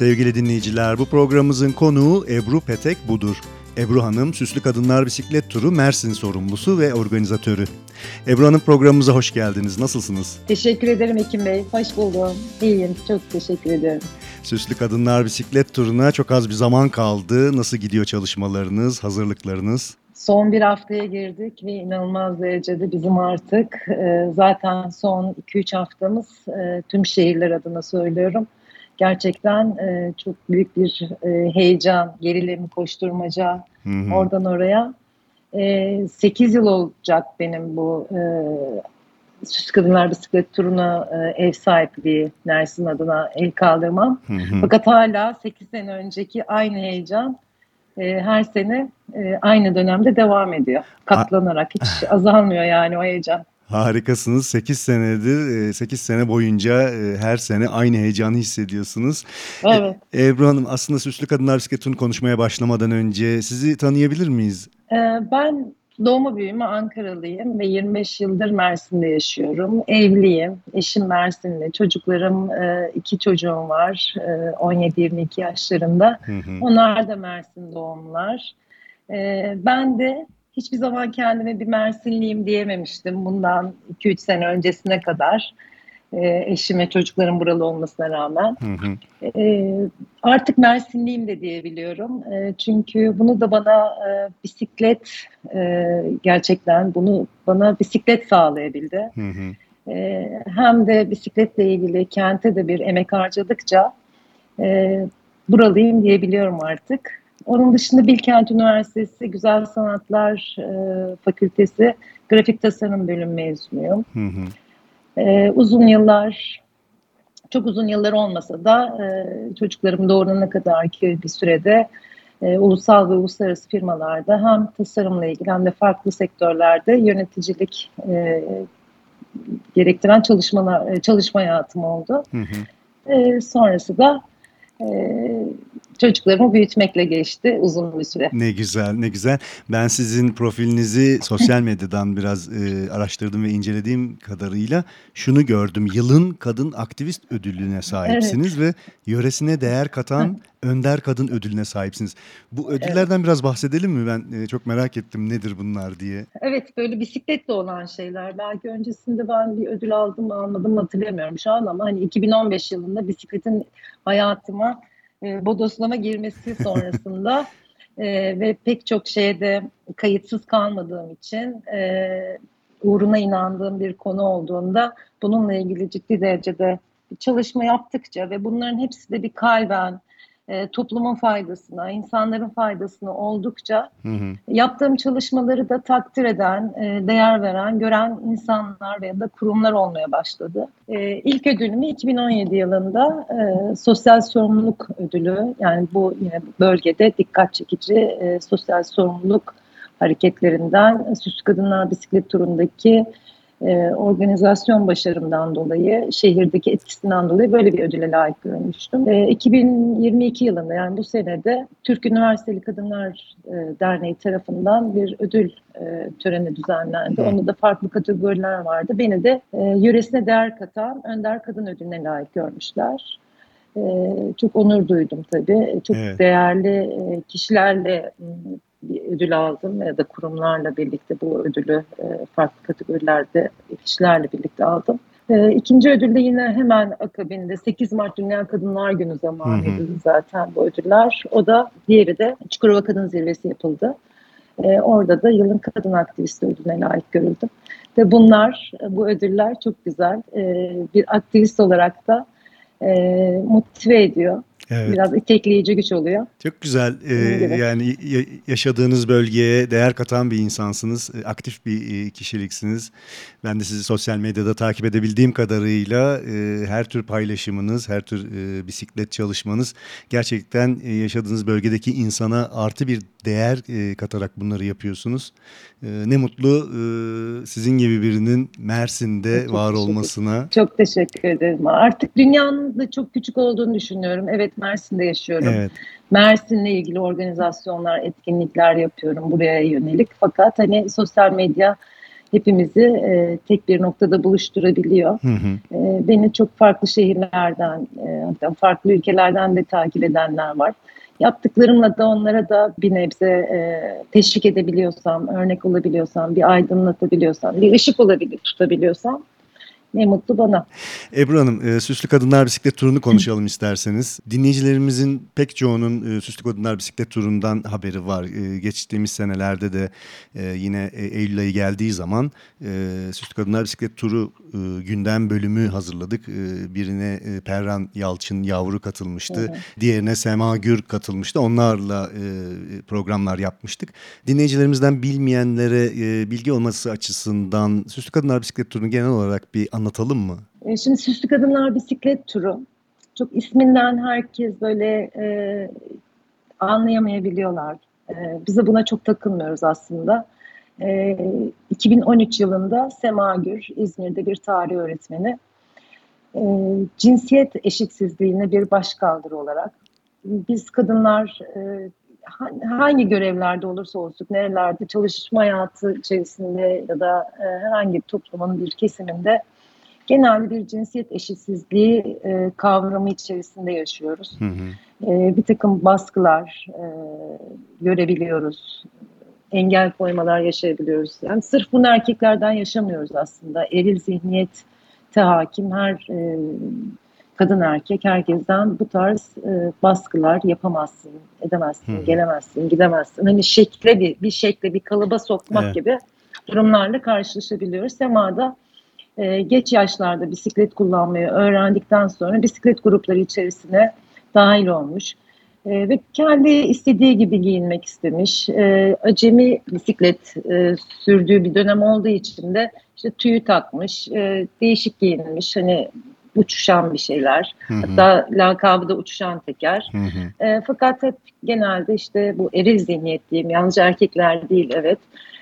sevgili dinleyiciler. Bu programımızın konuğu Ebru Petek Budur. Ebru Hanım, Süslü Kadınlar Bisiklet Turu Mersin sorumlusu ve organizatörü. Ebru Hanım, programımıza hoş geldiniz. Nasılsınız? Teşekkür ederim Ekim Bey. Hoş buldum. İyiyim. Çok teşekkür ederim. Süslü Kadınlar Bisiklet Turu'na çok az bir zaman kaldı. Nasıl gidiyor çalışmalarınız, hazırlıklarınız? Son bir haftaya girdik ve inanılmaz derecede bizim artık zaten son 2-3 haftamız tüm şehirler adına söylüyorum. Gerçekten çok büyük bir heyecan, gerilim, koşturmaca oradan oraya. 8 yıl olacak benim bu Süslü Kadınlar Bisiklet Turu'na ev sahipliği Mersin adına el kaldırmam. Fakat hala 8 sene önceki aynı heyecan her sene aynı dönemde devam ediyor. Katlanarak hiç azalmıyor yani o heyecan. Harikasınız. 8 senedir, 8 sene boyunca her sene aynı heyecanı hissediyorsunuz. Evet. Ebru Hanım, aslında Süslü Kadınlar Bisiklet Turu'nu konuşmaya başlamadan önce sizi tanıyabilir miyiz? Ben doğma büyüme Ankaralıyım ve 25 yıldır Mersin'de yaşıyorum. Evliyim, eşim Mersinli, çocuklarım, 2 çocuğum var, 17-22 yaşlarında. Onlar da Mersin doğumlular. Ben de hiçbir zaman kendime bir Mersinliyim diyememiştim bundan 2-3 sene öncesine kadar. Eşime çocukların buralı olmasına rağmen. Artık Mersinliyim de diyebiliyorum. Çünkü bunu da bana bisiklet gerçekten bunu bana bisiklet sağlayabildi. Hem de bisikletle ilgili kente de bir emek harcadıkça buralıyım diyebiliyorum artık. Onun dışında Bilkent Üniversitesi Güzel Sanatlar Fakültesi Grafik Tasarım Bölümü mezunuyum. Uzun yıllar, çok uzun yıllar olmasa da çocuklarım doğurana kadarki bir sürede ulusal ve uluslararası firmalarda hem tasarımla ilgili hem de farklı sektörlerde yöneticilik gerektiren çalışma hayatım oldu. Sonrası da çocuklarımı büyütmekle geçti uzun bir süre. Ne güzel, ne güzel. Ben sizin profilinizi sosyal medyadan biraz araştırdım ve incelediğim kadarıyla şunu gördüm. Yılın Kadın Aktivist Ödülü'ne sahipsiniz ve yöresine değer katan Önder Kadın Ödülü'ne sahipsiniz. Bu ödüllerden biraz bahsedelim mi? Ben çok merak ettim nedir bunlar diye. Evet, böyle bisikletle olan şeyler. Belki öncesinde ben bir ödül aldım mı almadım mı hatırlamıyorum şu an ama hani 2015 yılında bisikletin hayatıma bodoslama girmesi sonrasında ve pek çok şeyde kayıtsız kalmadığım için uğruna inandığım bir konu olduğunda bununla ilgili ciddi derecede bir çalışma yaptıkça ve bunların hepsi de bir kalben toplumun faydasına, insanların faydasına oldukça yaptığım çalışmaları da takdir eden, değer veren, gören insanlar veya da kurumlar olmaya başladı. İlk ödülümü 2017 yılında Sosyal Sorumluluk Ödülü, yani bu yine bölgede dikkat çekici sosyal sorumluluk hareketlerinden Süslü Kadınlar Bisiklet Turu'ndaki organizasyon başarımdan dolayı, şehirdeki etkisinden dolayı böyle bir ödüle layık görmüştüm. 2022 yılında yani bu senede Türk Üniversiteli Kadınlar Derneği tarafından bir ödül töreni düzenlendi. Onda da farklı kategoriler vardı. Beni de yöresine değer katan Önder Kadın Ödülüne layık görmüşler. Çok onur duydum tabii. Çok değerli kişilerle bir ödül aldım ya da kurumlarla birlikte bu ödülü farklı kategorilerde kişilerle birlikte aldım. İkinci ödülde yine hemen akabinde 8 Mart Dünya Kadınlar Günü zamanıydı zaten bu ödüller. O da diğeri de Çukurova Kadın Zirvesi yapıldı. Orada da yılın kadın aktivisti ödülüne layık görüldüm. Ve bu ödüller çok güzel. Bir aktivist olarak da motive ediyor. Evet. Biraz itekleyici güç oluyor. Çok güzel. Yani yaşadığınız bölgeye değer katan bir insansınız. Aktif bir kişiliksiniz. Ben de sizi sosyal medyada takip edebildiğim kadarıyla her tür paylaşımınız, her tür bisiklet çalışmanız gerçekten yaşadığınız bölgedeki insana artı bir değer katarak bunları yapıyorsunuz. Ne mutlu sizin gibi birinin Mersin'de var olmasına. Çok teşekkür ederim. Artık dünyanın da çok küçük olduğunu düşünüyorum. Evet, Mersin'de yaşıyorum. Evet. Mersin'le ilgili organizasyonlar, etkinlikler yapıyorum buraya yönelik. Fakat hani sosyal medya hepimizi tek bir noktada buluşturabiliyor. Hı hı. Beni çok farklı şehirlerden, hatta farklı ülkelerden de takip edenler var. Yaptıklarımla da onlara da bir nebze teşvik edebiliyorsam, örnek olabiliyorsam, bir aydınlatabiliyorsam, bir ışık tutabiliyorsam ne mutlu bana. Ebru Hanım, Süslü Kadınlar Bisiklet Turu'nu konuşalım isterseniz. Dinleyicilerimizin pek çoğunun Süslü Kadınlar Bisiklet Turu'ndan haberi var. Geçtiğimiz senelerde de yine Eylül ayı geldiği zaman Süslü Kadınlar Bisiklet Turu gündem bölümü hazırladık. Birine Perran Yalçın Yavru katılmıştı. Hı hı. Diğerine Sema Gür katılmıştı. Onlarla programlar yapmıştık. Dinleyicilerimizden bilmeyenlere bilgi olması açısından Süslü Kadınlar Bisiklet Turu'nu genel olarak bir anlatalım mı? Şimdi Süslü Kadınlar Bisiklet Turu, çok isminden herkes böyle anlayamayabiliyorlar. Biz de buna çok takılmıyoruz aslında. 2013 yılında Sema Gür, İzmir'de bir tarih öğretmeni, cinsiyet eşitsizliğine bir başkaldırı olarak biz kadınlar hangi görevlerde olursa olsun, nerelerde çalışma hayatı içerisinde ya da herhangi bir toplumun bir kesiminde genel bir cinsiyet eşitsizliği kavramı içerisinde yaşıyoruz. Hı hı. Bir takım baskılar görebiliyoruz. Engel koymalar yaşayabiliyoruz. Yani sırf bunu erkeklerden yaşamıyoruz aslında. Eril zihniyet hakim her kadın erkek herkesten bu tarz baskılar yapamazsın, edemezsin, gelemezsin, gidemezsin. Hani bir şekle bir kalıba sokmak Evet. gibi durumlarla karşılaşabiliyoruz. Sema'da geç yaşlarda bisiklet kullanmayı öğrendikten sonra bisiklet grupları içerisine dahil olmuş. Ve kendi istediği gibi giyinmek istemiş. Acemi bisiklet sürdüğü bir dönem olduğu için de işte tüyü takmış, değişik giyinmiş. Hani uçuşan bir şeyler. Hı hı. Hatta lakabı da uçuşan teker. Hı hı. Fakat hep genelde işte bu eril zihniyet diyeyim. Yalnızca erkekler değil, evet.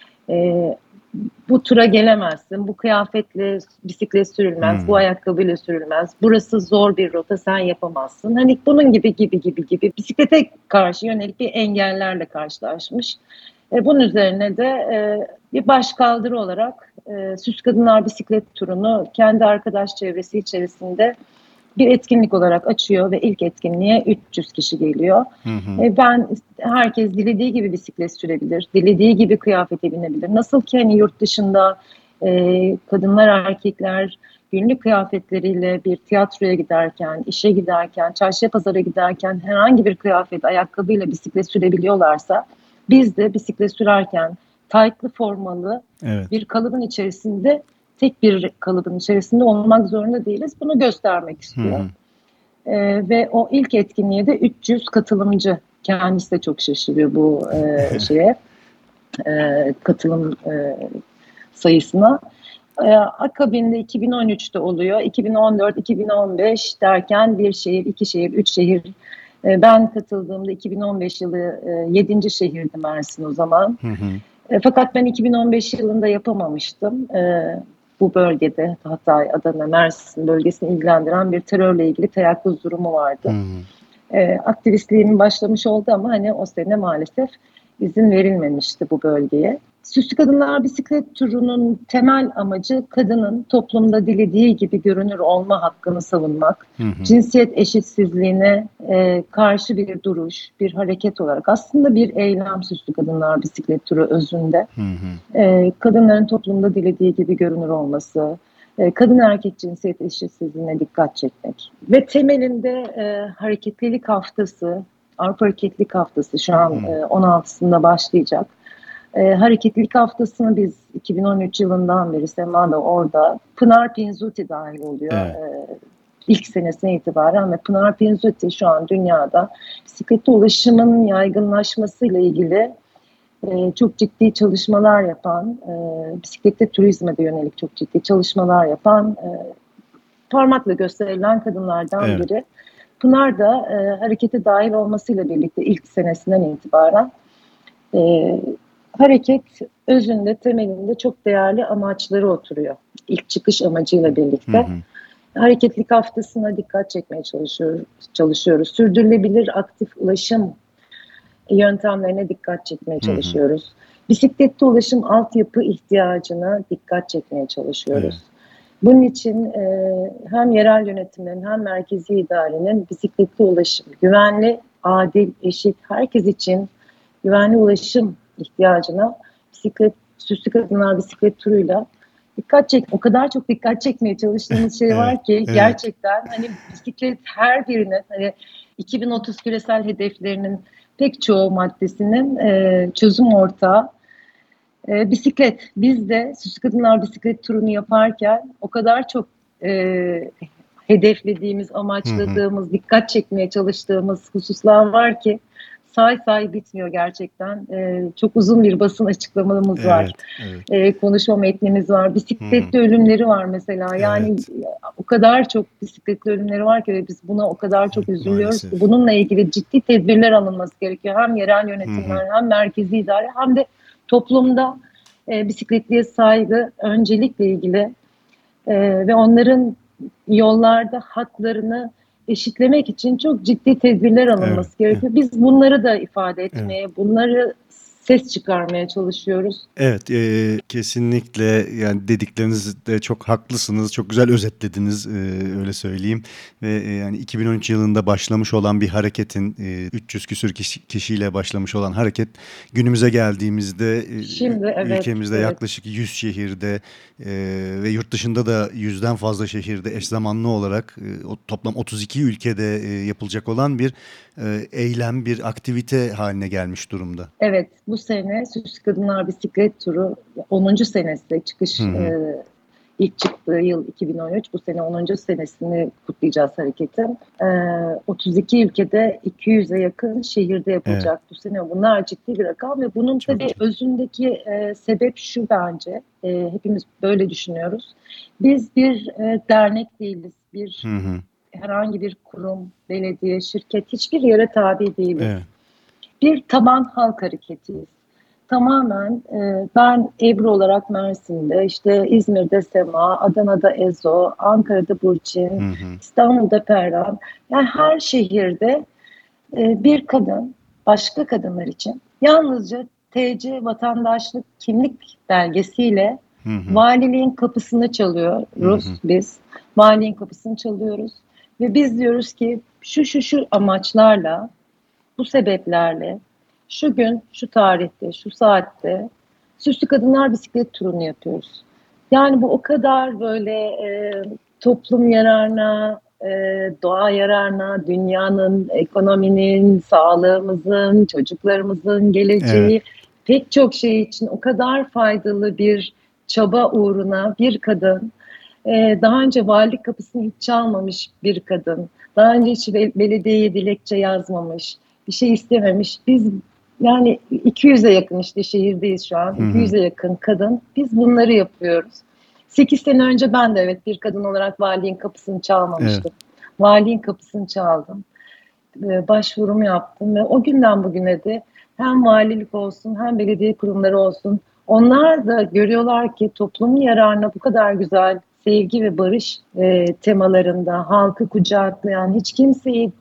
Bu tura gelemezsin, bu kıyafetle bisiklet sürülmez, bu ayakkabıyla sürülmez, burası zor bir rota, sen yapamazsın. Hani bunun gibi bisiklete karşı yönelik bir engellerle karşılaşmış. Bunun üzerine de bir başkaldırı olarak Süs Kadınlar Bisiklet Turu'nu kendi arkadaş çevresi içerisinde bir etkinlik olarak açıyor ve ilk etkinliğe 300 kişi geliyor. Hı hı. Herkes dilediği gibi bisiklet sürebilir, dilediği gibi kıyafete binebilir. Nasıl ki hani yurt dışında kadınlar, erkekler günlük kıyafetleriyle bir tiyatroya giderken, işe giderken, çarşıya pazara giderken herhangi bir kıyafet, ayakkabıyla bisiklet sürebiliyorlarsa biz de bisiklet sürerken taytlı formalı Evet. bir kalıbın içerisinde, tek bir kalıbın içerisinde olmak zorunda değiliz. Bunu göstermek istiyor. Hı hı. Ve o ilk etkinliğe de 300 katılımcı. Kendisi de çok şaşırıyor bu katılım sayısına. Akabinde 2013'te oluyor. 2014, 2015 derken bir şehir, iki şehir, üç şehir. Ben katıldığımda 2015 yılı 7. şehirdi Mersin o zaman. Hı hı. Fakat ben 2015 yılında yapamamıştım. Bu bölgede Hatay, Adana, Mersin bölgesini ilgilendiren bir terörle ilgili teyakkuz durumu vardı. Hı hı. Aktivistliğim başlamış oldu ama hani o sene maalesef izin verilmemişti bu bölgeye. Süslü Kadınlar Bisiklet Turu'nun temel amacı kadının toplumda dilediği gibi görünür olma hakkını savunmak. Hı hı. Cinsiyet eşitsizliğine karşı bir duruş, bir hareket olarak aslında bir eylem Süslü Kadınlar Bisiklet Turu özünde. Hı hı. Kadınların toplumda dilediği gibi görünür olması, kadın erkek cinsiyet eşitsizliğine dikkat çekmek. Ve temelinde hareketlilik haftası, Avrupa Hareketlilik Haftası şu an 16'sında başlayacak. Hareketlilik haftasını biz 2013 yılından beri Sema da orada. Pınar Pinzuti dahil oluyor. Evet. İlk senesine itibaren ve Pınar Pinzuti şu an dünyada bisiklete ulaşımın yaygınlaşmasıyla ilgili çok ciddi çalışmalar yapan, bisiklette turizme de yönelik çok ciddi çalışmalar yapan, parmakla gösterilen kadınlardan biri. Pınar da harekete dahil olmasıyla birlikte ilk senesinden itibaren hareket özünde, temelinde çok değerli amaçları oturuyor. İlk çıkış amacıyla birlikte. Hı hı. Hareketlilik haftasına dikkat çekmeye çalışıyoruz. Sürdürülebilir aktif ulaşım yöntemlerine dikkat çekmeye çalışıyoruz. Bisikletli ulaşım altyapı ihtiyacına dikkat çekmeye Evet. çalışıyoruz. Bunun için hem yerel yönetimlerin hem merkezi idarenin bisikletli ulaşım, güvenli, adil, eşit, herkes için güvenli ulaşım ihtiyacına süslü kadınlar bisiklet turuyla o kadar çok dikkat çekmeye çalıştığımız şey Evet, var ki evet. gerçekten hani bisiklet her birinin hani 2030 küresel hedeflerinin pek çoğu maddesinin çözüm ortağı bisiklet. Biz de Süslü Kadınlar bisiklet turunu yaparken o kadar çok e, hedeflediğimiz, Hı hı. amaçladığımız, dikkat çekmeye çalıştığımız hususlar var ki say bitmiyor gerçekten. Çok uzun bir basın açıklamamız var. Evet, evet. Konuşma metnimiz var. Hı hı. Bisikletli ölümleri var mesela. Yani Evet, o kadar çok bisikletli ölümleri var ki ve biz buna o kadar çok evet, üzülüyoruz ki maalesef. bununla ilgili ciddi tedbirler alınması gerekiyor. Hem yerel Hı hı. yönetimler hem merkezi idare hem de toplumda bisikletliye saygı öncelikle ilgili ve onların yollarda haklarını eşitlemek için çok ciddi tedbirler Evet, alınması evet, gerekiyor. Biz bunları da ifade evet. etmeye, bunları ses çıkarmaya çalışıyoruz. Evet, kesinlikle yani dediklerinizde çok haklısınız. Çok güzel özetlediniz, öyle söyleyeyim. Ve yani 2013 yılında başlamış olan bir hareketin 300 küsür kişiyle başlamış olan hareket günümüze geldiğimizde Şimdi evet, ülkemizde evet, yaklaşık 100 şehirde ve yurt dışında da 100'den fazla şehirde eş zamanlı olarak toplam 32 ülkede yapılacak olan bir eylem, bir aktivite haline gelmiş durumda. evet. Bu sene Süslü Kadınlar Bisiklet Turu 10. senesi Hı hı. ilk çıktığı yıl 2013. Bu sene 10. senesini kutlayacağız hareketin. 32 ülkede 200'e yakın şehirde Evet, yapılacak bu sene. Bunlar ciddi bir rakam ve bunun çok tabii ciddi. özündeki sebep şu bence. Hepimiz böyle düşünüyoruz. Biz bir dernek değiliz. Hı hı. Herhangi bir kurum, belediye, şirket hiçbir yere tabi değiliz. Evet. Bir taban halk hareketiyiz. Tamamen ben Ebru olarak Mersin'de, işte İzmir'de Sema, Adana'da Ezo, Ankara'da Hı Burçin, hı. İstanbul'da Perran. Yani her şehirde bir kadın başka kadınlar için yalnızca TC vatandaşlık kimlik belgesiyle Hı hı. valiliğin kapısını Hı çalıyoruz hı. biz. Valiliğin kapısını çalıyoruz ve biz diyoruz ki şu amaçlarla bu sebeplerle şu gün, şu tarihte, şu saatte Süslü Kadınlar Bisiklet Turu'nu yapıyoruz. Yani bu o kadar böyle toplum yararına, doğa yararına, dünyanın, ekonominin, sağlığımızın, çocuklarımızın Evet. geleceği pek çok şey için o kadar faydalı bir çaba uğruna bir kadın, daha önce valilik kapısını hiç çalmamış bir kadın, daha önce hiç belediyeye dilekçe yazmamış, bir şey istememiş. Biz yani 200'e yakın işte şehirdeyiz şu an. Hı hı. 200'e yakın kadın. Biz bunları yapıyoruz. 8 sene önce ben de evet bir kadın olarak valiliğin kapısını Evet. çalmamıştım. Valiliğin kapısını çaldım. Başvurumu yaptım ve o günden bugüne de hem valilik olsun hem belediye kurumları olsun onlar da görüyorlar ki toplumun yararına bu kadar güzel sevgi ve barış temalarında halkı kucaklayan hiç kimseyi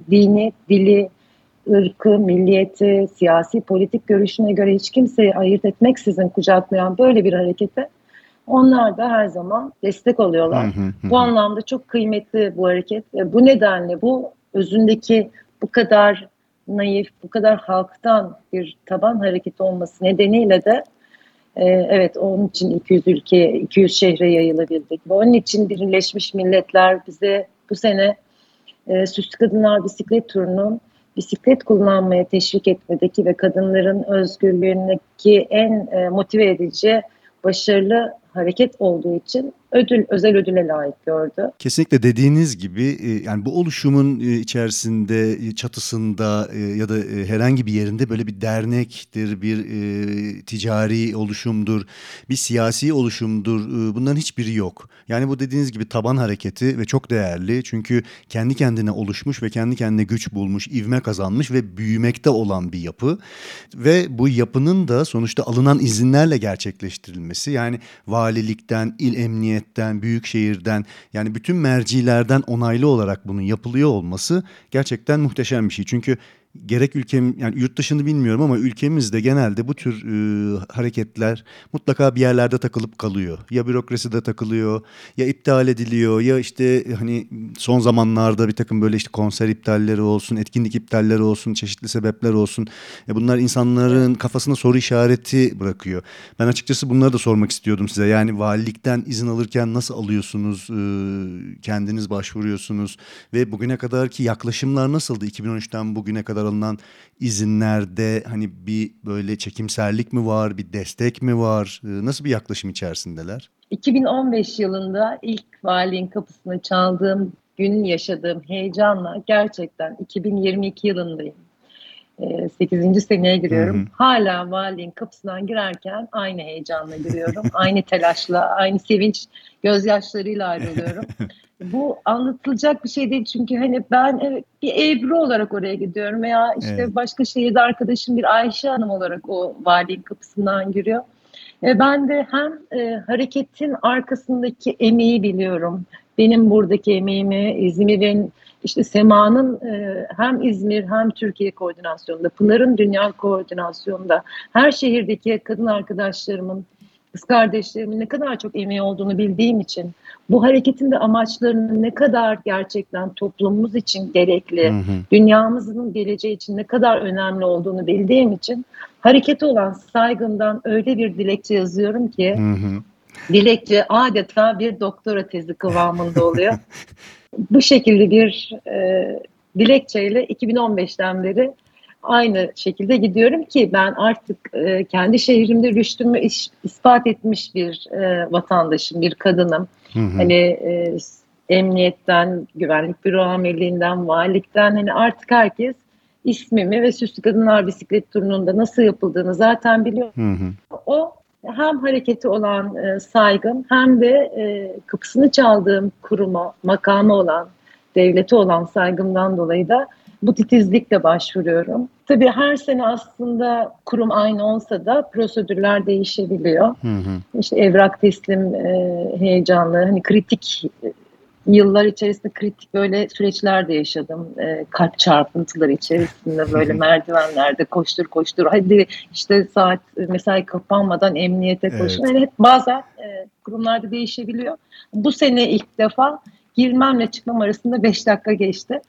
dili, ırkı, milliyeti, siyasi, politik görüşüne göre hiç kimseyi ayırt etmeksizin kucaklayan böyle bir harekete onlar da her zaman destek Hı oluyorlar. hı. Hı Bu hı. anlamda çok kıymetli bu hareket ve bu nedenle bu özündeki bu kadar naif, bu kadar halktan bir taban hareketi olması nedeniyle de evet onun için 200 ülkeye, 200 şehre yayılabildik. Ve onun için Birleşmiş Milletler bize bu sene Süslü Kadınlar Bisiklet Turu'nun bisiklet kullanmaya teşvik etmedeki ve kadınların özgürlüğündeki en motive edici, başarılı hareket olduğu için özel ödüle layık gördü. Kesinlikle dediğiniz gibi yani bu oluşumun içerisinde, çatısında ya da herhangi bir yerinde böyle bir dernektir, bir ticari oluşumdur, bir siyasi oluşumdur. Bunların hiçbiri yok. Yani bu dediğiniz gibi taban hareketi ve çok değerli. Çünkü kendi kendine oluşmuş ve kendi kendine güç bulmuş, ivme kazanmış ve büyümekte olan bir yapı. Ve bu yapının da sonuçta alınan izinlerle gerçekleştirilmesi, yani valilikten, il emniyetten, büyükşehirden, yani bütün mercilerden onaylı olarak bunun yapılıyor olması gerçekten muhteşem bir şey. Çünkü gerek ülkem, yani yurt dışını bilmiyorum ama ülkemizde genelde bu tür hareketler mutlaka bir yerlerde takılıp kalıyor. Ya bürokraside takılıyor, ya iptal ediliyor, ya işte hani son zamanlarda bir takım böyle işte konser iptalleri olsun, etkinlik iptalleri olsun, çeşitli sebepler olsun. Bunlar insanların Evet. kafasına soru işareti bırakıyor. Ben açıkçası bunları da sormak istiyordum size. Yani valilikten izin alırken nasıl alıyorsunuz? Kendiniz başvuruyorsunuz ve bugüne kadarki yaklaşımlar nasıldı? 2013'ten bugüne kadar alınan izinlerde hani bir böyle çekimserlik mi var, bir destek mi var? Nasıl bir yaklaşım içerisindeler? 2015 yılında ilk valinin kapısını çaldığım gün yaşadığım heyecanla gerçekten 2022 yılındayım. 8. seneye Hı giriyorum. hı. Hala valiliğin kapısından girerken aynı heyecanla giriyorum. Aynı telaşla, aynı sevinç gözyaşlarıyla ayrılıyorum. Bu anlatılacak bir şey değil çünkü hani ben evet, bir Ebru olarak oraya gidiyorum veya Evet. işte başka şehirde arkadaşım bir Ayşe Hanım olarak o valiliğin kapısından giriyor. Ben de hem hareketin arkasındaki emeği biliyorum. Benim buradaki emeğimi, İzmir'in, işte Sema'nın hem İzmir hem Türkiye koordinasyonunda, Pınar'ın dünya koordinasyonunda, her şehirdeki kadın arkadaşlarımın, kız kardeşlerimin ne kadar çok emeği olduğunu bildiğim için, bu hareketin de amaçlarının ne kadar gerçekten toplumumuz için Hı gerekli, hı. dünyamızın geleceği için ne kadar önemli olduğunu bildiğim için harekete olan saygımdan öyle bir dilekçe yazıyorum ki Hı hı. dilekçe adeta bir doktora tezi kıvamında oluyor. Bu şekilde bir dilekçeyle 2015'ten beri aynı şekilde gidiyorum ki ben artık kendi şehrimde rüştümü ispat etmiş bir vatandaşım, bir kadınım. Hı hı. Hani emniyetten, güvenlik büro amirliğinden, valilikten hani artık herkes ismimi ve Süslü Kadınlar Bisiklet Turu'nun da nasıl yapıldığını zaten biliyor. Hı hı. O hem hareketi olan saygım hem de kapısını çaldığım kuruma, makama olan, devlete olan saygımdan dolayı da bu titizlikle başvuruyorum. Tabii her sene aslında kurum aynı olsa da prosedürler değişebiliyor. Hı hı. İşte evrak teslim heyecanlı, hani kritik yıllar içerisinde kritik böyle süreçler de yaşadım. Kalp çarpıntıları içerisinde böyle merdivenlerde koştur koştur. Hadi işte saat mesai kapanmadan emniyete koşun. Evet. Yani hep bazen kurumlarda değişebiliyor. Bu sene ilk defa girmemle çıkmam arasında 5 dakika geçti.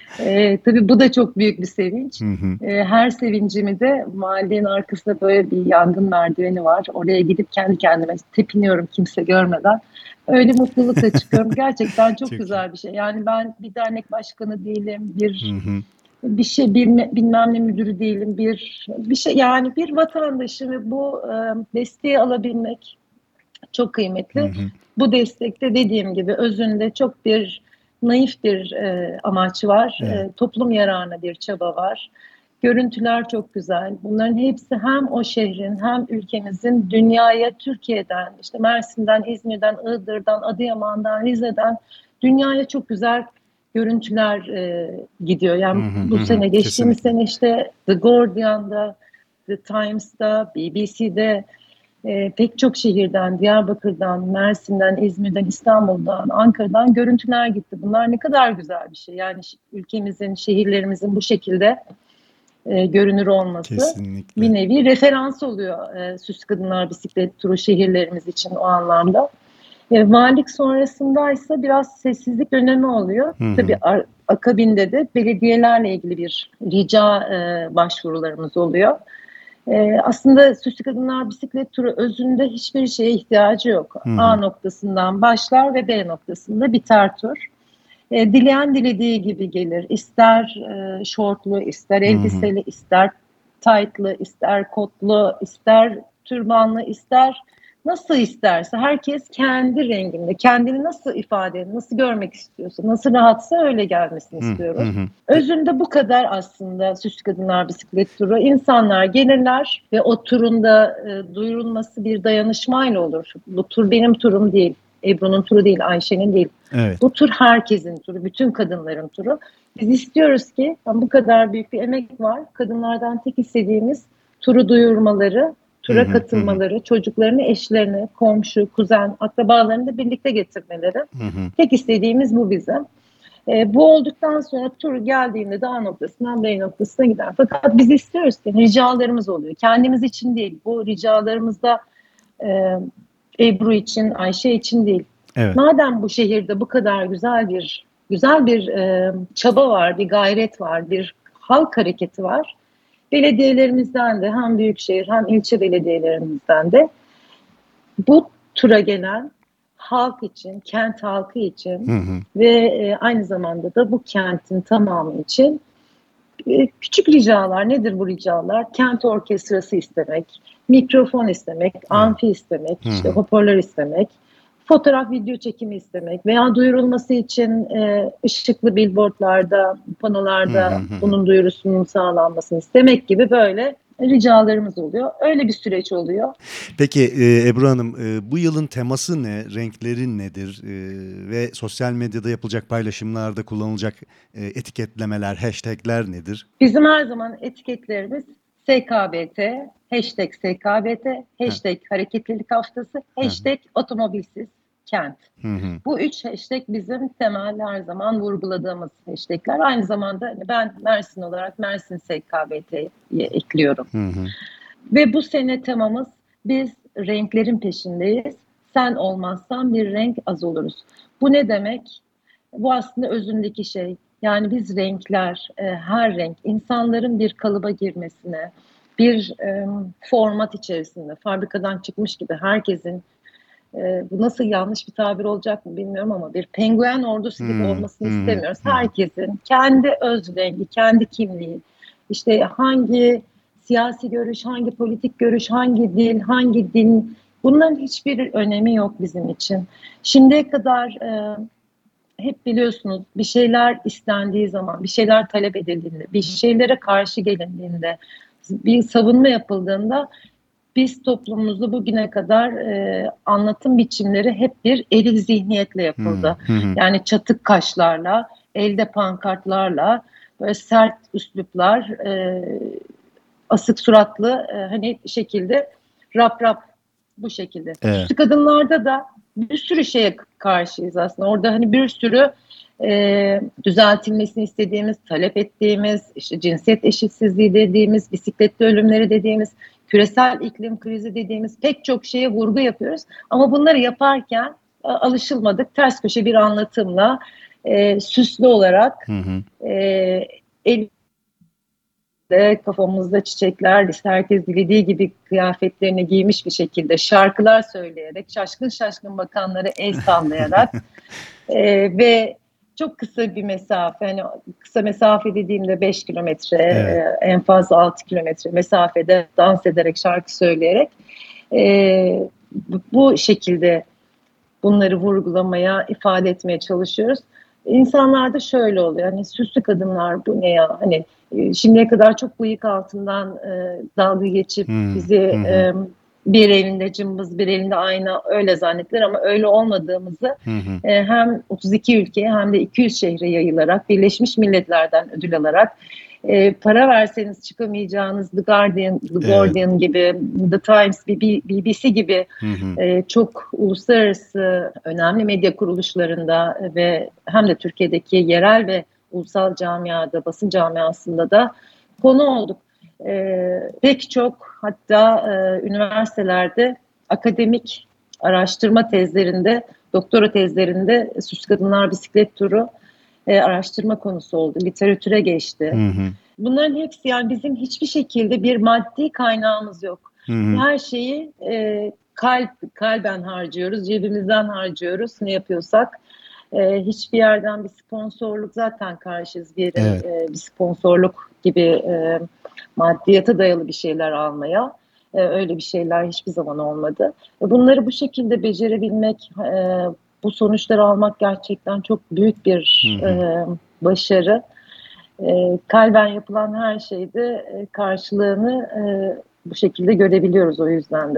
Tabii bu da çok büyük bir sevinç. Hı hı. Her sevincimi de mahallenin arkasında böyle bir yangın merdiveni var. Oraya gidip kendi kendime tepiniyorum kimse görmeden. Öyle mutlulukla çıkıyorum. Gerçekten çok Çok iyi. güzel bir şey. Yani ben bir dernek başkanı değilim, Hı bir hı. bir şey bilmem ne müdürü değilim, bir şey yani bir vatandaşım ve bu desteği alabilmek çok Hı kıymetli. hı. Bu destekte dediğim gibi özünde çok bir naif bir amaç var. Evet. Toplum yararına bir çaba var. Görüntüler çok güzel. Bunların hepsi hem o şehrin hem ülkemizin dünyaya Türkiye'den, işte Mersin'den, İzmir'den, Iğdır'dan, Adıyaman'dan, Rize'den dünyaya çok güzel görüntüler gidiyor. Hı Yani hı. bu Hı hı. sene, geçtiğimiz Kesinlikle. sene işte The Guardian'da, The Times'da, BBC'de pek çok şehirden, Diyarbakır'dan, Mersin'den, İzmir'den, İstanbul'dan, Ankara'dan görüntüler gitti. Bunlar ne kadar güzel bir şey. Yani ülkemizin, şehirlerimizin bu şekilde görünür olması bir Kesinlikle. nevi referans oluyor Süslü Kadınlar Bisiklet Turu şehirlerimiz için o anlamda. Valilik sonrasındaysa biraz sessizlik dönemi oluyor. Hı Tabii hı. akabinde de belediyelerle ilgili bir rica başvurularımız oluyor. Aslında Süslü Kadınlar Bisiklet Turu özünde hiçbir şeye ihtiyacı yok. Hı A hı. noktasından başlar ve B noktasında biter tur. Dileyen dilediği gibi gelir. İster şortlu, ister Hı hı. elbiseli, ister taytlı, ister kotlu, ister türbanlı, ister nasıl isterse. Herkes kendi renginde, kendini nasıl ifade, nasıl görmek istiyorsa, nasıl rahatsa öyle gelmesini Hı hı. istiyoruz. Hı. Özünde bu kadar aslında Süslü Kadınlar Bisiklet Turu. İnsanlar gelirler ve o turun da duyurulması bir dayanışmayla olur. Bu tur benim turum değil. Ebru'nun turu değil, Ayşe'nin değil. Evet. Bu tur herkesin turu, bütün kadınların turu. Biz istiyoruz ki bu kadar büyük bir emek var. Kadınlardan tek istediğimiz turu duyurmaları, Hı tura hı. Hı hı. katılmaları, çocuklarını, eşlerini, komşu, kuzen, akrabalarını da birlikte getirmeleri. Hı hı. Tek istediğimiz bu bizim. Bu olduktan sonra tur geldiğinde de A noktasından B noktasına gider. Fakat biz istiyoruz ki ricalarımız oluyor. Kendimiz için değil. Bu ricalarımız da e, Ebru için, Ayşe için değil. Evet. Madem bu şehirde bu kadar güzel bir çaba var, bir gayret var, bir halk hareketi var. Belediyelerimizden de hem büyükşehir hem ilçe belediyelerimizden de bu tura gelen halk için, kent halkı için Hı hı. ve aynı zamanda da bu kentin tamamı için küçük ricalar. Nedir bu ricalar? Kent orkestrası istemek, mikrofon istemek, Evet. amfi istemek, Hı işte hı. hoparlör istemek, fotoğraf video çekimi istemek veya duyurulması için ışıklı billboardlarda, Hı hı. panolarda Hı hı. bunun duyurusunun sağlanmasını istemek gibi böyle ricalarımız oluyor. Öyle bir süreç oluyor. Peki Ebru Hanım, bu yılın teması ne? Renkleri nedir? Ve sosyal medyada yapılacak paylaşımlarda kullanılacak etiketlemeler, hashtagler nedir? Bizim her zaman etiketlerimiz SKBT, hashtag SKBT, Heh, hashtag hareketlilik haftası, heh, hashtag otomobilsiz kent. hı hı, Bu üç hashtag bizim temel her zaman vurguladığımız hashtagler. Aynı zamanda ben Mersin olarak Mersin SKBT'ye ekliyorum. hı hı, Ve bu sene temamız biz renklerin peşindeyiz. Sen olmazsan bir renk az oluruz. Bu ne demek? Bu aslında özündeki şey. Yani biz renkler, her renk insanların bir kalıba girmesine, bir format içerisinde fabrikadan çıkmış gibi herkesin bu nasıl yanlış bir tabir olacak mı bilmiyorum ama bir penguen ordusu gibi hı olmasını hı, istemiyoruz. hı hı, Herkesin kendi öz rengi, kendi kimliği, işte hangi siyasi görüş, hangi politik görüş, hangi dil, hangi din bunların hiçbir önemi yok bizim için. Şimdiye kadar hep biliyorsunuz bir şeyler istendiği zaman, bir şeyler talep edildiğinde, bir şeylere karşı gelindiğinde, bir savunma yapıldığında biz toplumumuzda bugüne kadar anlatım biçimleri hep bir eril zihniyetle hı yapıldı. hı, Yani çatık kaşlarla, elde pankartlarla, böyle sert üsluplar, asık suratlı hani şekilde rap rap bu şekilde. evet. Süslü kadınlarda da bir sürü şeye karşıyız aslında. Orada hani bir sürü düzeltilmesini istediğimiz, talep ettiğimiz, işte cinsiyet eşitsizliği dediğimiz, bisikletli ölümleri dediğimiz, küresel iklim krizi dediğimiz pek çok şeye vurgu yapıyoruz. Ama bunları yaparken alışılmadık ters köşe bir anlatımla süslü olarak Hı hı, el kafamızda çiçekler, işte herkes dilediği gibi kıyafetlerini giymiş bir şekilde şarkılar söyleyerek, şaşkın şaşkın bakanları el sallayarak ve çok kısa bir mesafe, hani kısa mesafe dediğimde 5 kilometre, evet. en fazla 6 kilometre mesafede dans ederek, şarkı söyleyerek bu şekilde bunları vurgulamaya, ifade etmeye çalışıyoruz. İnsanlarda şöyle oluyor. Hani süslü kadınlar bu ne ya? Hani şimdiye kadar çok bıyık altından dalga geçip Hı bizi hı, hı bir elinde cımbız, bir elinde ayna öyle zannettiler ama öyle olmadığımızı hı, hı. hem 32 ülkeye hem de 200 şehre yayılarak Birleşmiş Milletler'den ödül alarak para verseniz çıkamayacağınız The Guardian, The Evet. Guardian gibi, The Times, BBC gibi Hı hı, çok uluslararası önemli medya kuruluşlarında ve hem de Türkiye'deki yerel ve ulusal camiada, basın camiasında da konu olduk. Pek çok hatta üniversitelerde akademik araştırma tezlerinde, doktora tezlerinde Süslü Kadınlar Bisiklet Turu araştırma konusu oldu. Literatüre geçti. hı hı, Bunların hepsi yani bizim hiçbir şekilde bir maddi kaynağımız yok. hı hı. Her şeyi kalben harcıyoruz, cebimizden harcıyoruz ne yapıyorsak. Hiçbir yerden bir sponsorluk zaten karşıyız bir yerin Evet. bir sponsorluk gibi maddiyata dayalı bir şeyler almaya. Öyle bir şeyler hiçbir zaman olmadı. Bunları bu şekilde becerebilmek, bu sonuçları almak gerçekten çok büyük Hı bir hı. başarı. Kalben yapılan her şeyde karşılığını bu şekilde görebiliyoruz o yüzden de.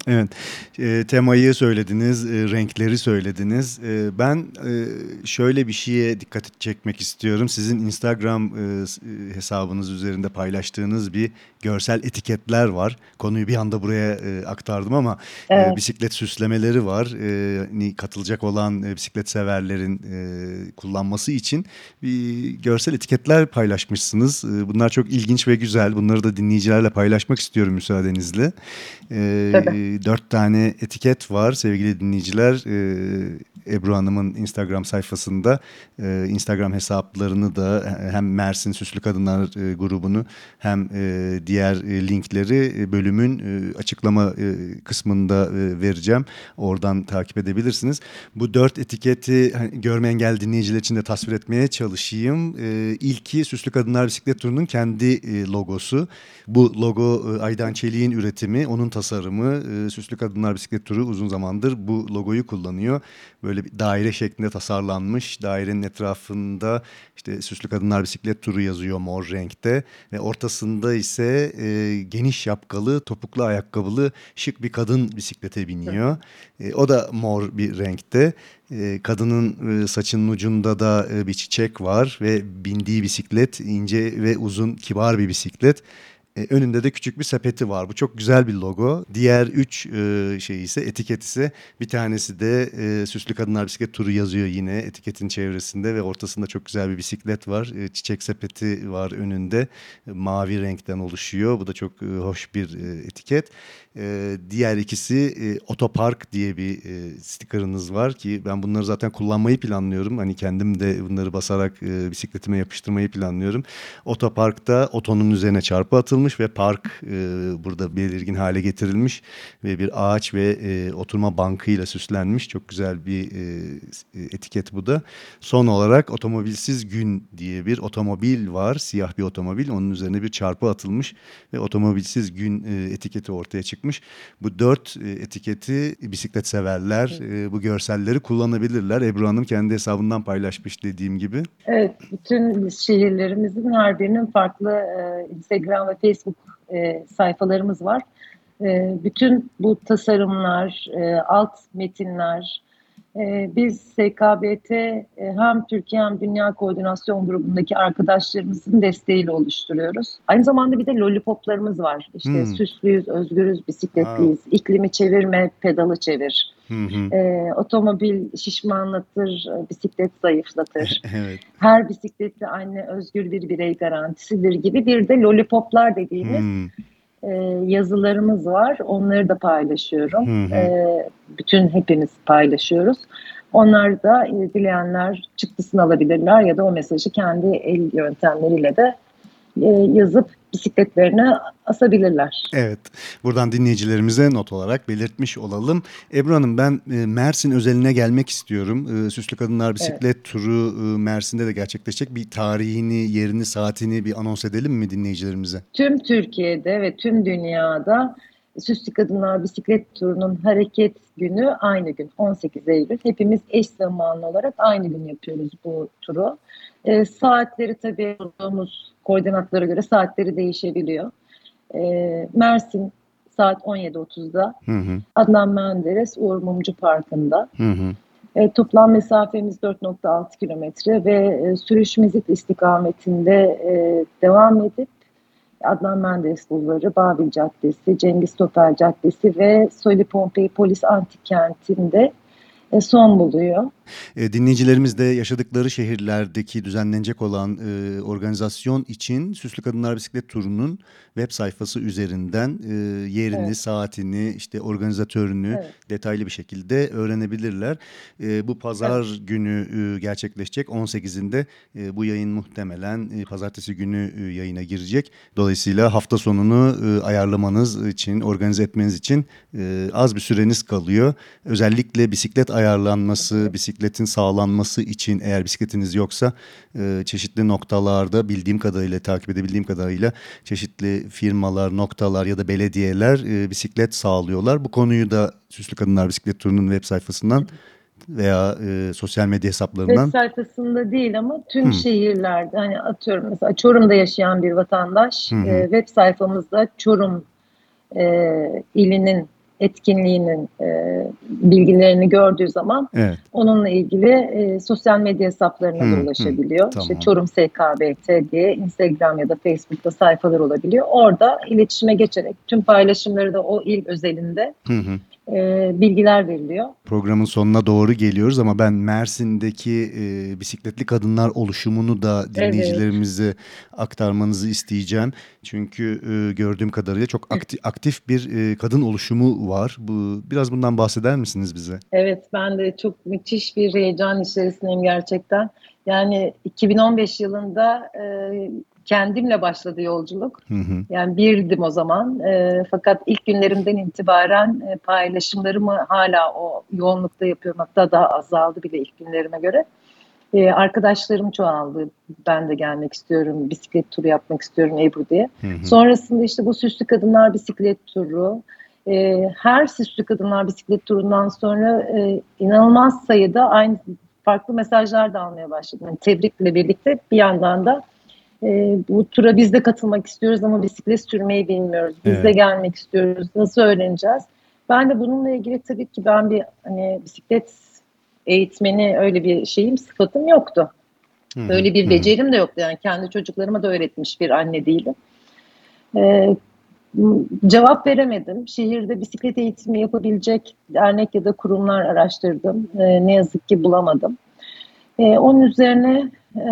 Evet, temayı söylediniz, renkleri söylediniz. Ben şöyle bir şeye dikkat çekmek istiyorum. Sizin Instagram hesabınız üzerinde paylaştığınız bir görsel etiketler var. Konuyu bir anda buraya aktardım ama Evet, bisiklet süslemeleri var. Hani katılacak olan bisiklet severlerin kullanması için bir görsel etiketler paylaşmışsınız. Bunlar çok ilginç ve güzel. Bunları da dinleyicilerle paylaşmak istiyorum müsaadenizle. tabii. 4 tane etiket var sevgili dinleyiciler. Ebru Hanım'ın Instagram sayfasında Instagram hesaplarını da hem Mersin Süslü Kadınlar grubunu hem diğer linkleri bölümün açıklama kısmında vereceğim. Oradan takip edebilirsiniz. Bu 4 etiketi hani, görme engelli dinleyiciler için de tasvir etmeye çalışayım. İlki Süslü Kadınlar Bisiklet Turu'nun kendi logosu. Bu logo Aydan Çelik'in üretimi, onun tasarımı. Süslü Kadınlar Bisiklet Turu uzun zamandır bu logoyu kullanıyor. Böyle bir daire şeklinde tasarlanmış. Dairenin etrafında işte Süslü Kadınlar Bisiklet Turu yazıyor mor renkte ve ortasında ise geniş şapkalı, topuklu ayakkabılı şık bir kadın bisiklete biniyor. O da mor bir renkte. Kadının saçının ucunda da bir çiçek var ve bindiği bisiklet ince ve uzun, kibar bir bisiklet. Önünde de küçük bir sepeti var. Bu çok güzel bir logo. Diğer 3 şey ise etiket ise bir tanesi de Süslü Kadınlar Bisiklet Turu yazıyor yine etiketin çevresinde ve ortasında çok güzel bir bisiklet var. Çiçek sepeti var önünde. Mavi renkten oluşuyor. Bu da çok hoş bir etiket. Diğer ikisi otopark diye bir stikeriniz var ki ben bunları zaten kullanmayı planlıyorum. Hani kendim de bunları basarak bisikletime yapıştırmayı planlıyorum. Otoparkta otonun üzerine çarpı atılmış ve park burada belirgin hale getirilmiş ve bir ağaç ve oturma bankıyla süslenmiş. Çok güzel bir etiket bu da. Son olarak otomobilsiz gün diye bir otomobil var. Siyah bir otomobil. Onun üzerine bir çarpı atılmış ve otomobilsiz gün etiketi ortaya çıkmış. Bu 4 etiketi bisiklet severler bu görselleri kullanabilirler. Ebru Hanım kendi hesabından paylaşmış dediğim gibi. Evet, bütün şehirlerimizin her birinin farklı Instagram ve Facebook sayfalarımız var. Bütün bu tasarımlar, alt metinler, biz SKBT hem Türkiye hem Dünya Koordinasyon Grubu'ndaki arkadaşlarımızın desteğiyle oluşturuyoruz. Aynı zamanda bir de lollipoplarımız var. İşte Hmm. süslüyüz, özgürüz, Aa. bisikletliyiz, iklimi çevirme, pedalı çevir. Hı hı. Otomobil şişmanlatır, bisiklet zayıflatır. Evet. Her bisikletli anne özgür bir birey garantisidir gibi bir de lollipoplar dediğimiz Hmm. e, yazılarımız var. Onları da paylaşıyorum. Hı hı. Bütün hepimiz paylaşıyoruz. Onlar da dileyenler çıktısını alabilirler ya da o mesajı kendi el yöntemleriyle de yazıp bisikletlerine asabilirler. Evet, buradan dinleyicilerimize not olarak belirtmiş olalım. Ebru Hanım ben Mersin özeline gelmek istiyorum. Süslü Kadınlar Evet. Bisiklet Turu Mersin'de de gerçekleşecek. Bir tarihini, yerini, saatini bir anons edelim mi dinleyicilerimize? Tüm Türkiye'de ve tüm dünyada Süslü Kadınlar Bisiklet Turu'nun hareket günü aynı gün 18 Eylül. Hepimiz eş zamanlı olarak aynı gün yapıyoruz bu turu. Saatleri tabii olduğumuz koordinatlara göre saatleri değişebiliyor. Mersin saat 17.30'da Hı hı. Adnan Menderes Uğur Mumcu Parkı'nda. Hı hı. Toplam mesafemiz 4,6 kilometre ve sürüş Mezit istikametinde devam edip Adnan Menderes Bulvarı, Babil Caddesi, Cengiz Topel Caddesi ve Soli Pompei Polis Antik Kenti'nde son buluyor. Dinleyicilerimiz de yaşadıkları şehirlerdeki düzenlenecek olan organizasyon için Süslü Kadınlar Bisiklet Turu'nun web sayfası üzerinden yerini, Evet, saatini, işte organizatörünü evet, detaylı bir şekilde öğrenebilirler. Bu evet. pazar günü gerçekleşecek 18'inde bu yayın muhtemelen pazartesi günü yayına girecek. Dolayısıyla hafta sonunu ayarlamanız için, organize etmeniz için az bir süreniz kalıyor. Özellikle bisiklet ayarlanması, bisikletin sağlanması için eğer bisikletiniz yoksa çeşitli noktalarda bildiğim kadarıyla, takip edebildiğim kadarıyla çeşitli firmalar, noktalar ya da belediyeler bisiklet sağlıyorlar. Bu konuyu da Süslü Kadınlar Bisiklet Turu'nun web sayfasından veya sosyal medya Web hesaplarından. sayfasında değil ama tüm Hı şehirlerde hani atıyorum mesela Çorum'da yaşayan bir vatandaş hı hı web sayfamızda Çorum ilinin etkinliğinin bilgilerini gördüğü zaman Evet. onunla ilgili sosyal medya hesaplarına da ulaşabiliyor. İşte Tamam. Çorum SKBT diye Instagram ya da Facebook'ta sayfalar olabiliyor. Orada iletişime geçerek tüm paylaşımları da o il özelinde bilgiler veriliyor. Programın sonuna doğru geliyoruz ama ben Mersin'deki bisikletli kadınlar oluşumunu da dinleyicilerimize aktarmanızı isteyeceğim. Çünkü gördüğüm kadarıyla çok aktif bir kadın oluşumu var. Biraz bundan bahseder misiniz bize? Evet, ben de çok müthiş bir heyecan içerisindeyim gerçekten. Yani 2015 yılında kendimle başladı yolculuk. Yani birdim o zaman. Fakat ilk günlerimden itibaren paylaşımlarımı hala o yoğunlukta yapıyorum. Hatta daha azaldı bile ilk günlerime göre. Arkadaşlarım çoğaldı. Ben de gelmek istiyorum, bisiklet turu yapmak istiyorum Ebru diye. Sonrasında işte bu Süslü Kadınlar Bisiklet Turu. Her Süslü Kadınlar Bisiklet Turu'ndan sonra inanılmaz sayıda aynı farklı mesajlar da almaya başladım. Yani tebrikle birlikte bir yandan da bu tura biz de katılmak istiyoruz ama bisiklet sürmeyi bilmiyoruz. Biz de gelmek istiyoruz. Nasıl öğreneceğiz? Ben de bununla ilgili tabii ki ben bir bisiklet eğitmeni öyle bir sıfatım yoktu. Öyle bir becerim de yoktu. Yani kendi çocuklarıma da öğretmiş bir anne değilim. Cevap veremedim. Şehirde bisiklet eğitimi yapabilecek dernek ya da kurumlar araştırdım. Ne yazık ki bulamadım. Onun üzerine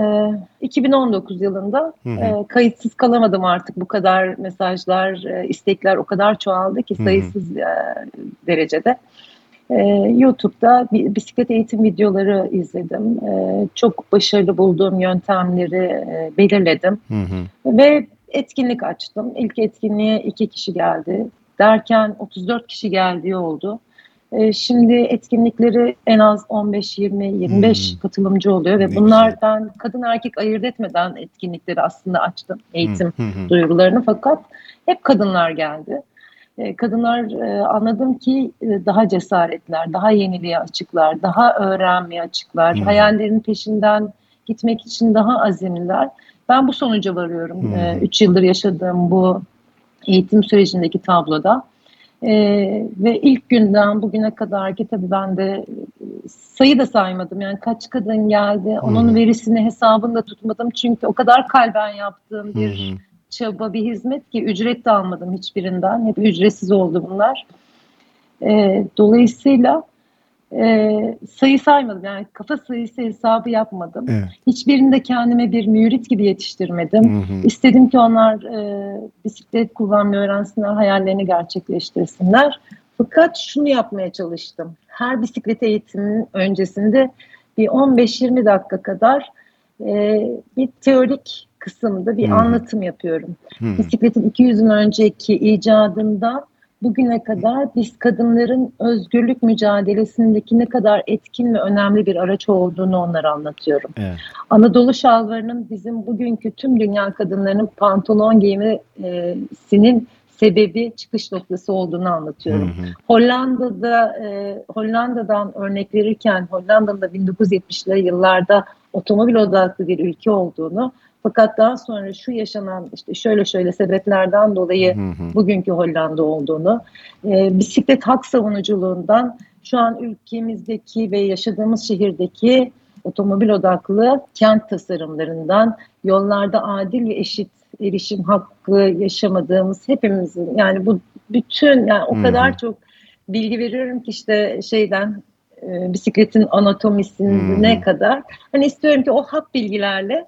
2019 yılında kayıtsız kalamadım artık. Bu kadar mesajlar, istekler o kadar çoğaldı ki sayısız derecede. YouTube'da bisiklet eğitim videoları izledim. Çok başarılı bulduğum yöntemleri belirledim. Ve etkinlik açtım. İlk etkinliğe 2 kişi geldi. Derken 34 kişi geldiği oldu. Şimdi etkinlikleri en az 15, 20, 25 katılımcı oluyor ve bunlardan kadın erkek ayırt etmeden etkinlikleri aslında açtım. Eğitim duyurularını, fakat hep kadınlar geldi. Kadınlar anladım ki daha cesaretler, daha yeniliğe açıklar, daha öğrenmeye açıklar, hayallerinin peşinden gitmek için daha azimliler. Ben bu sonuca varıyorum. 3 yıldır yaşadığım bu eğitim sürecindeki tabloda. Ve ilk günden bugüne kadar ki tabii ben de sayı da saymadım. Yani kaç kadın geldi, onun verisini hesabını da tutmadım. Çünkü o kadar kalben yaptığım bir çaba, bir hizmet ki ücret de almadım hiçbirinden. Hep ücretsiz oldu bunlar. Dolayısıyla sayı saymadım. Yani kafa sayısı hesabı yapmadım. Hiçbirinde kendime bir mürit gibi yetiştirmedim. İstedim ki onlar bisiklet kullanmayı öğrensinler, hayallerini gerçekleştirsinler. Fakat şunu yapmaya çalıştım. Her bisiklet eğitiminin öncesinde bir 15-20 dakika kadar bir teorik kısımda bir anlatım yapıyorum. Bisikletin 200 yıl önceki icadında bugüne kadar biz kadınların özgürlük mücadelesindeki ne kadar etkin ve önemli bir araç olduğunu onlara anlatıyorum. Anadolu şalvarının bizim bugünkü tüm dünya kadınlarının pantolon giymesinin sebebi, çıkış noktası olduğunu anlatıyorum. Hollanda'dan örnek verirken Hollanda'nın da 1970'li yıllarda otomobil odaklı bir ülke olduğunu, fakat daha sonra şu yaşanan işte şöyle sebeplerden dolayı bugünkü Hollanda olduğunu, bisiklet hak savunuculuğundan şu an ülkemizdeki ve yaşadığımız şehirdeki otomobil odaklı kent tasarımlarından, yollarda adil ve eşit erişim hakkı yaşamadığımız hepimizin, yani bu bütün, yani o kadar çok bilgi veriyorum ki işte bisikletin anatomisine kadar. Hani istiyorum ki o hak bilgilerle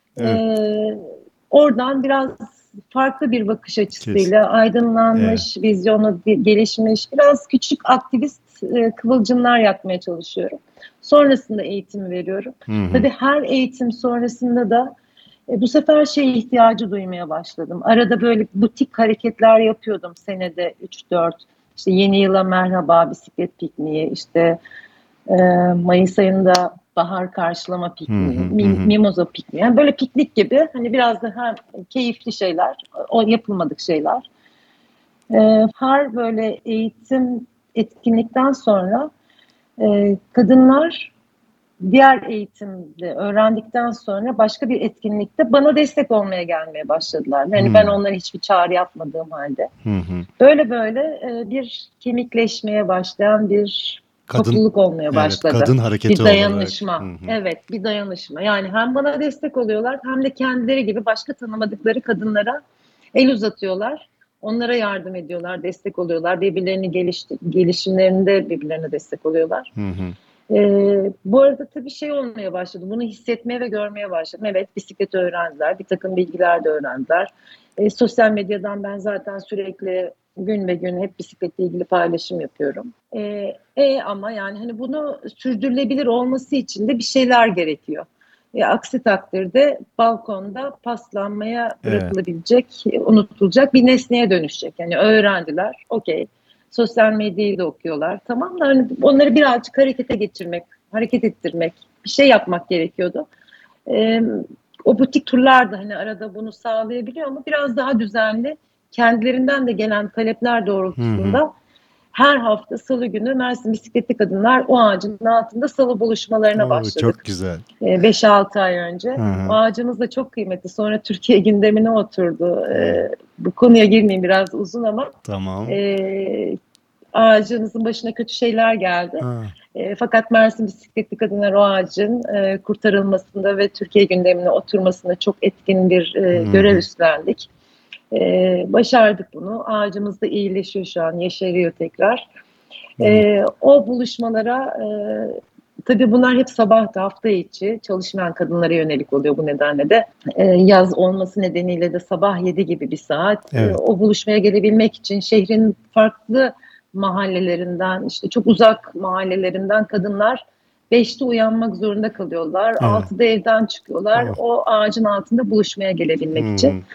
oradan biraz farklı bir bakış açısıyla aydınlanmış, vizyonu gelişmiş, biraz küçük aktivist kıvılcımlar yakmaya çalışıyorum. Sonrasında eğitimi veriyorum. Tabii her eğitim sonrasında da bu sefer ihtiyacı duymaya başladım. Arada böyle butik hareketler yapıyordum senede 3-4. İşte yeni yıla merhaba bisiklet pikniği, işte Mayıs ayında bahar karşılama pikniği, mimoza pikniği. Yani böyle piknik gibi, hani biraz daha keyifli şeyler, o yapılmadık şeyler. Her böyle eğitim etkinlikten sonra kadınlar diğer eğitimde öğrendikten sonra başka bir etkinlikte bana destek olmaya gelmeye başladılar. Yani ben Hmm. onlara hiçbir çağrı yapmadığım halde. Hı hı. Böyle böyle bir kemikleşmeye başlayan bir Kadın, topluluk olmaya evet, başladı. kadın Bir hareketi olarak. Hı dayanışma. hı. Evet, bir dayanışma. Yani hem bana destek oluyorlar hem de kendileri gibi başka tanımadıkları kadınlara el uzatıyorlar. Onlara yardım ediyorlar, destek oluyorlar. Birbirlerini gelişimlerinde birbirlerine destek oluyorlar. Hı hı. Bu arada tabii şey olmaya başladı. Bunu hissetmeye ve görmeye başladım. Evet, bisiklet öğrendiler. Bir takım bilgiler de öğrendiler. Sosyal medyadan ben zaten sürekli gün ve gün hep bisikletle ilgili paylaşım yapıyorum. Ama yani hani bunu sürdürülebilir olması için de bir şeyler gerekiyor. Aksi takdirde balkonda paslanmaya Evet. bırakılabilecek, unutulacak bir nesneye dönüşecek. Yani öğrendiler, okey. Sosyal medyayı da okuyorlar. Tamam da hani onları birazcık harekete geçirmek, hareket ettirmek, bir şey yapmak gerekiyordu. Ee, O butik turlar da hani arada bunu sağlayabiliyor ama biraz daha düzenli, kendilerinden de gelen talepler Hı hı. doğrultusunda her hafta Salı günü Mersin Bisikletli Kadınlar o ağacın altında salı buluşmalarına Oo, çok başladık. güzel. 5-6 ay önce. Hı O hı. ağacımız da çok kıymetli. Sonra Türkiye gündemine oturdu. Evet. Bu konuya girmeyeyim, biraz uzun ama Tamam. e, ağacımızın başına kötü şeyler geldi. Ha. Fakat Mersin Bisikletli Kadınlar o ağacın kurtarılmasında ve Türkiye gündemine oturmasında çok etkin bir Hı görev hı. üstlendik. Başardık bunu. Ağacımız da iyileşiyor şu an, yeşeriyor tekrar. Evet. O buluşmalara tabii bunlar hep sabahtı, hafta içi çalışmayan kadınlara yönelik oluyor bu nedenle de. Yaz olması nedeniyle de sabah 7 gibi bir saat. Evet. O buluşmaya gelebilmek için şehrin farklı mahallelerinden, işte çok uzak mahallelerinden kadınlar 5'te uyanmak zorunda kalıyorlar. Evet. 6'da evden çıkıyorlar. Oh. O ağacın altında buluşmaya Hı gelebilmek için. hı.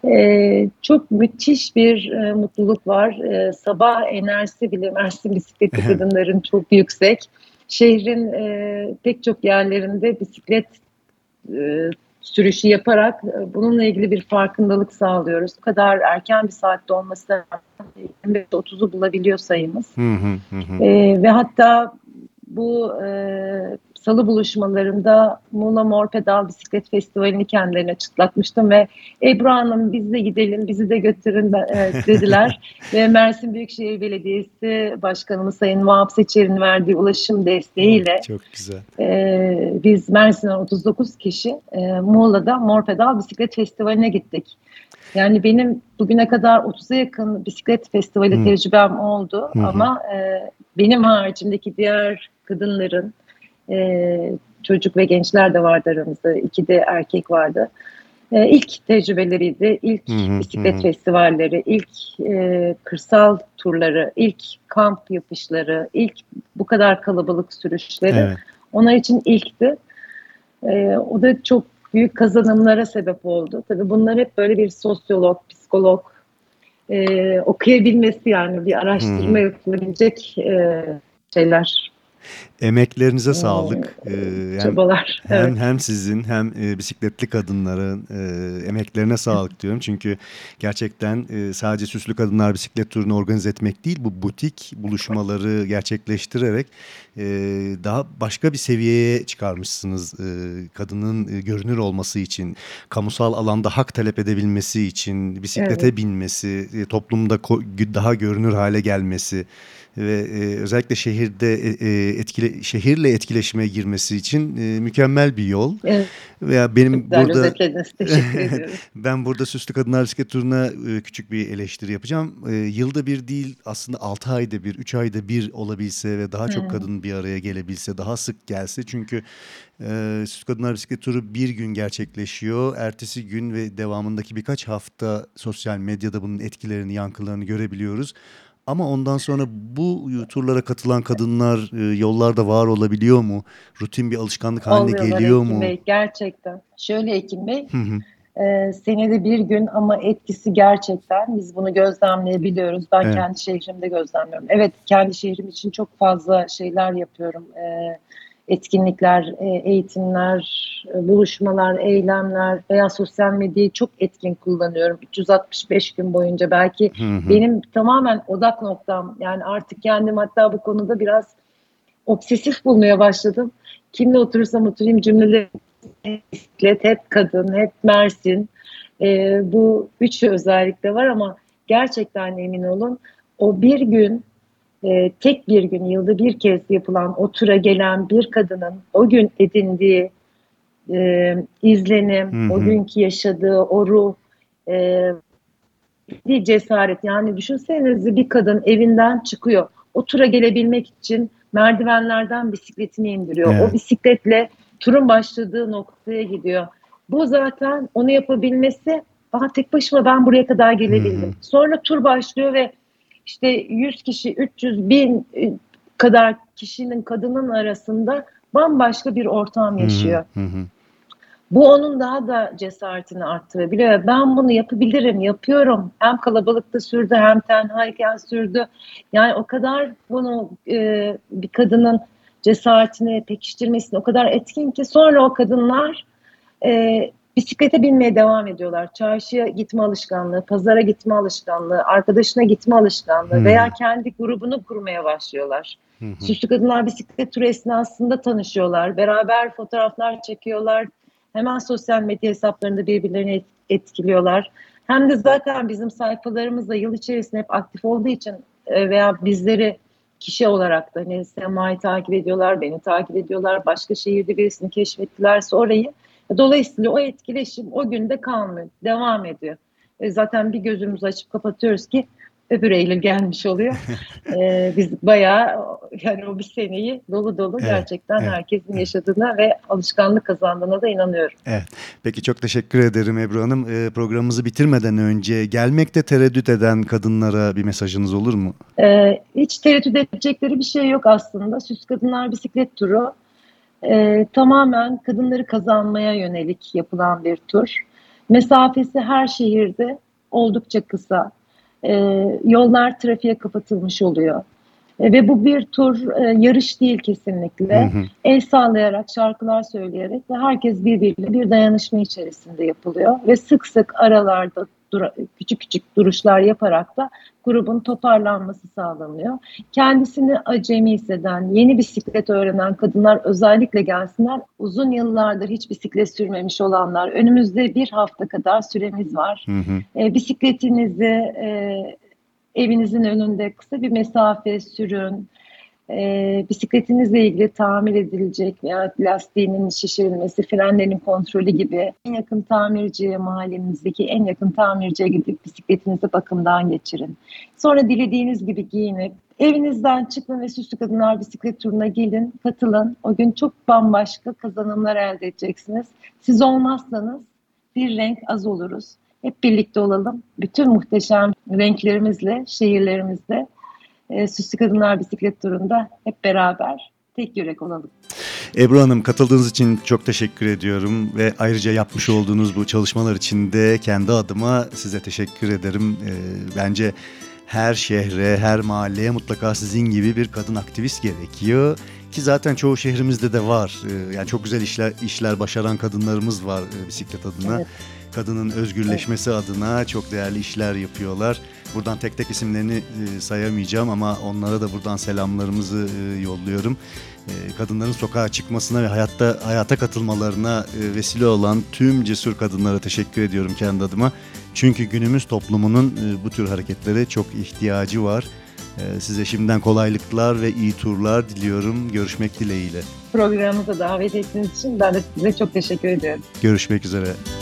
Çok müthiş bir mutluluk var. Sabah enerjisi bile Mersin bisikletli Evet. kadınların çok yüksek. Şehrin pek çok yerlerinde bisiklet e, sürüşü yaparak bununla ilgili bir farkındalık sağlıyoruz. Bu kadar erken bir saatte olması 25-30'u bulabiliyor sayımız. Hı hı. Hı hı. Ve hatta bu salı buluşmalarında Muğla Mor Pedal Bisiklet Festivali'ni kendilerine çıtlatmıştım ve Ebru Hanım biz de gidelim, bizi de götürün dediler. Ve Mersin Büyükşehir Belediyesi Başkanımız Sayın Vahap Seçer'in verdiği ulaşım Oh, desteğiyle çok güzel. biz Mersin'den 39 kişi Muğla'da Mor Pedal Bisiklet Festivali'ne gittik. Yani benim bugüne kadar 30'a yakın bisiklet festivali Hı tecrübem oldu hı. Hı. ama benim haricimdeki diğer kadınların çocuk ve gençler de vardı aramızda. 2 de erkek vardı. İlk tecrübeleriydi, ilk Hı hı. Hı bisiklet hı. festivalleri, ilk kırsal turları, ilk kamp yapışları, ilk bu kadar kalabalık sürüşleri Evet. onlar için ilkti. O da çok büyük kazanımlara sebep oldu. Tabii bunlar hep böyle bir sosyolog, psikolog okuyabilmesi, yani bir Hı araştırma hı. yapılabilecek şeyler, Emeklerinize e, sağlık. çabalar. Evet. Hem sizin hem bisikletli kadınların emeklerine sağlık diyorum. Çünkü gerçekten sadece süslü kadınlar bisiklet turunu organize etmek değil, bu butik buluşmaları gerçekleştirerek e, daha başka bir seviyeye çıkarmışsınız. Kadının görünür olması için, kamusal alanda hak talep edebilmesi için, Evet. bisiklete binmesi, toplumda daha görünür hale gelmesi ve özellikle şehirde şehirle etkileşime girmesi için mükemmel bir yol. Evet. Veya Çok benim güzel burada özetlediniz. Teşekkür ediyorum. ben burada Süslü Kadınlar Bisiklet Turu'na küçük bir eleştiri yapacağım. Yılda bir değil, aslında 6 ayda bir, 3 ayda bir olabilse ve daha çok Hmm. kadın bir araya gelebilse, daha sık gelse. Çünkü Süslü Kadınlar Bisiklet Turu bir gün gerçekleşiyor. Ertesi gün ve devamındaki birkaç hafta sosyal medyada bunun etkilerini, yankılarını görebiliyoruz. Ama ondan sonra bu turlara katılan kadınlar yollarda var olabiliyor mu? Rutin bir alışkanlık haline Oluyorlar geliyor Ekim mu? Bey, gerçekten. Şöyle Ekim Bey, Hı hı. senede bir gün ama etkisi gerçekten, biz bunu gözlemleyebiliyoruz. Ben Evet. kendi şehrimde gözlemliyorum. Evet, kendi şehrim için çok fazla şeyler yapıyorum. Etkinlikler, eğitimler, buluşmalar, eylemler veya sosyal medyayı çok etkin kullanıyorum. 365 gün boyunca belki Hı hı. benim tamamen odak noktam. Yani artık kendim hatta bu konuda biraz obsesif bulmaya başladım. kimle oturursam oturayım cümleleri hep bisiklet, hep kadın, hep Mersin. Bu üçü özellikle var ama gerçekten emin olun o bir gün, tek bir gün yılda bir kez yapılan o tura gelen bir kadının o gün edindiği izlenim, Hı o hı. günkü yaşadığı o ruh, e, bir cesaret. Yani düşünsenize bir kadın evinden çıkıyor. O tura gelebilmek için merdivenlerden bisikletini indiriyor. O Evet. bisikletle turun başladığı noktaya gidiyor. Bu zaten onu yapabilmesi, tek başıma ben buraya kadar Hı hı. gelebildim. Sonra tur başlıyor ve işte 100 kişi, 300 bin kadar kişinin, kadının arasında bambaşka bir ortam Hı hı. yaşıyor. Hı hı. Bu onun daha da cesaretini arttırabiliyor. Ben bunu yapabilirim, yapıyorum. Hem kalabalıkta sürdü hem tenhayken sürdü. Yani o kadar bunu bir kadının cesaretini pekiştirmesini o kadar etkin ki sonra o kadınlar bisiklete binmeye devam ediyorlar. Çarşıya gitme alışkanlığı, pazara gitme alışkanlığı, arkadaşına gitme Hı alışkanlığı hı. veya kendi grubunu kurmaya başlıyorlar. Hı hı. Süslü Kadınlar bisiklet turu esnasında tanışıyorlar. Beraber fotoğraflar çekiyorlar. Hemen sosyal medya hesaplarında birbirlerini etkiliyorlar. Hem de zaten bizim sayfalarımızda yıl içerisinde hep aktif olduğu için veya bizleri kişi olarak da hani Sema'yı takip ediyorlar, beni takip ediyorlar, başka şehirde birisini keşfettilerse orayı. Dolayısıyla o etkileşim o günde kalmıyor, devam ediyor. Zaten bir gözümüzü açıp kapatıyoruz ki öbür Eylül gelmiş oluyor. Biz bayağı yani o bir seneyi dolu dolu Evet. gerçekten Evet. herkesin Evet. yaşadığına ve alışkanlık kazandığına da inanıyorum. Evet. Peki çok teşekkür ederim Ebru Hanım. Programımızı bitirmeden önce gelmekte tereddüt eden kadınlara bir mesajınız olur mu? Hiç tereddüt edecekleri bir şey yok aslında. Süs Kadınlar Bisiklet Turu tamamen kadınları kazanmaya yönelik yapılan bir tur. Mesafesi her şehirde oldukça kısa. Yollar trafiğe kapatılmış oluyor. Ve bu bir tur, yarış değil Hı kesinlikle. hı. El sallayarak, şarkılar söyleyerek ve herkes birbiriyle bir dayanışma içerisinde yapılıyor. Ve sık sık aralarda küçük küçük duruşlar yaparak da grubun toparlanması sağlanıyor. Kendisini acemi hisseden, yeni bisiklet öğrenen kadınlar özellikle gelsinler. Uzun yıllardır hiç bisiklet sürmemiş olanlar, önümüzde bir hafta kadar süremiz var. Hı hı. Bisikletinizi evinizin önünde kısa bir mesafe sürün. Bisikletinizle ilgili tamir edilecek veya lastiğinin şişirilmesi, frenlerin kontrolü gibi en yakın tamirciye, mahallenizdeki en yakın tamirciye gidip bisikletinizi bakımdan geçirin. Sonra dilediğiniz gibi giyinip evinizden çıkın ve Süslü Kadınlar Bisiklet Turu'na gelin, katılın. O gün çok bambaşka kazanımlar elde edeceksiniz. Siz olmazsanız bir renk az oluruz. Hep birlikte olalım. Bütün muhteşem renklerimizle, şehirlerimizde Süslü Kadınlar Bisiklet Turu'nda hep beraber tek yürek olalım. Ebru Hanım, katıldığınız için çok teşekkür ediyorum ve ayrıca yapmış olduğunuz bu çalışmalar için de kendi adıma size teşekkür ederim. Bence her şehre, her mahalleye mutlaka sizin gibi bir kadın aktivist gerekiyor. Ki zaten çoğu şehrimizde de var. Yani çok güzel işler başaran kadınlarımız var bisiklet adına. Evet. Kadının özgürleşmesi adına çok değerli işler yapıyorlar. Buradan tek tek isimlerini sayamayacağım ama onlara da buradan selamlarımızı yolluyorum. Kadınların sokağa çıkmasına ve hayata katılmalarına vesile olan tüm cesur kadınlara teşekkür ediyorum kendi adıma. Çünkü günümüz toplumunun bu tür hareketlere çok ihtiyacı var. Size şimdiden kolaylıklar ve iyi turlar diliyorum. Görüşmek dileğiyle. Programımıza davet ettiğiniz için ben de size çok teşekkür ediyorum. Görüşmek üzere.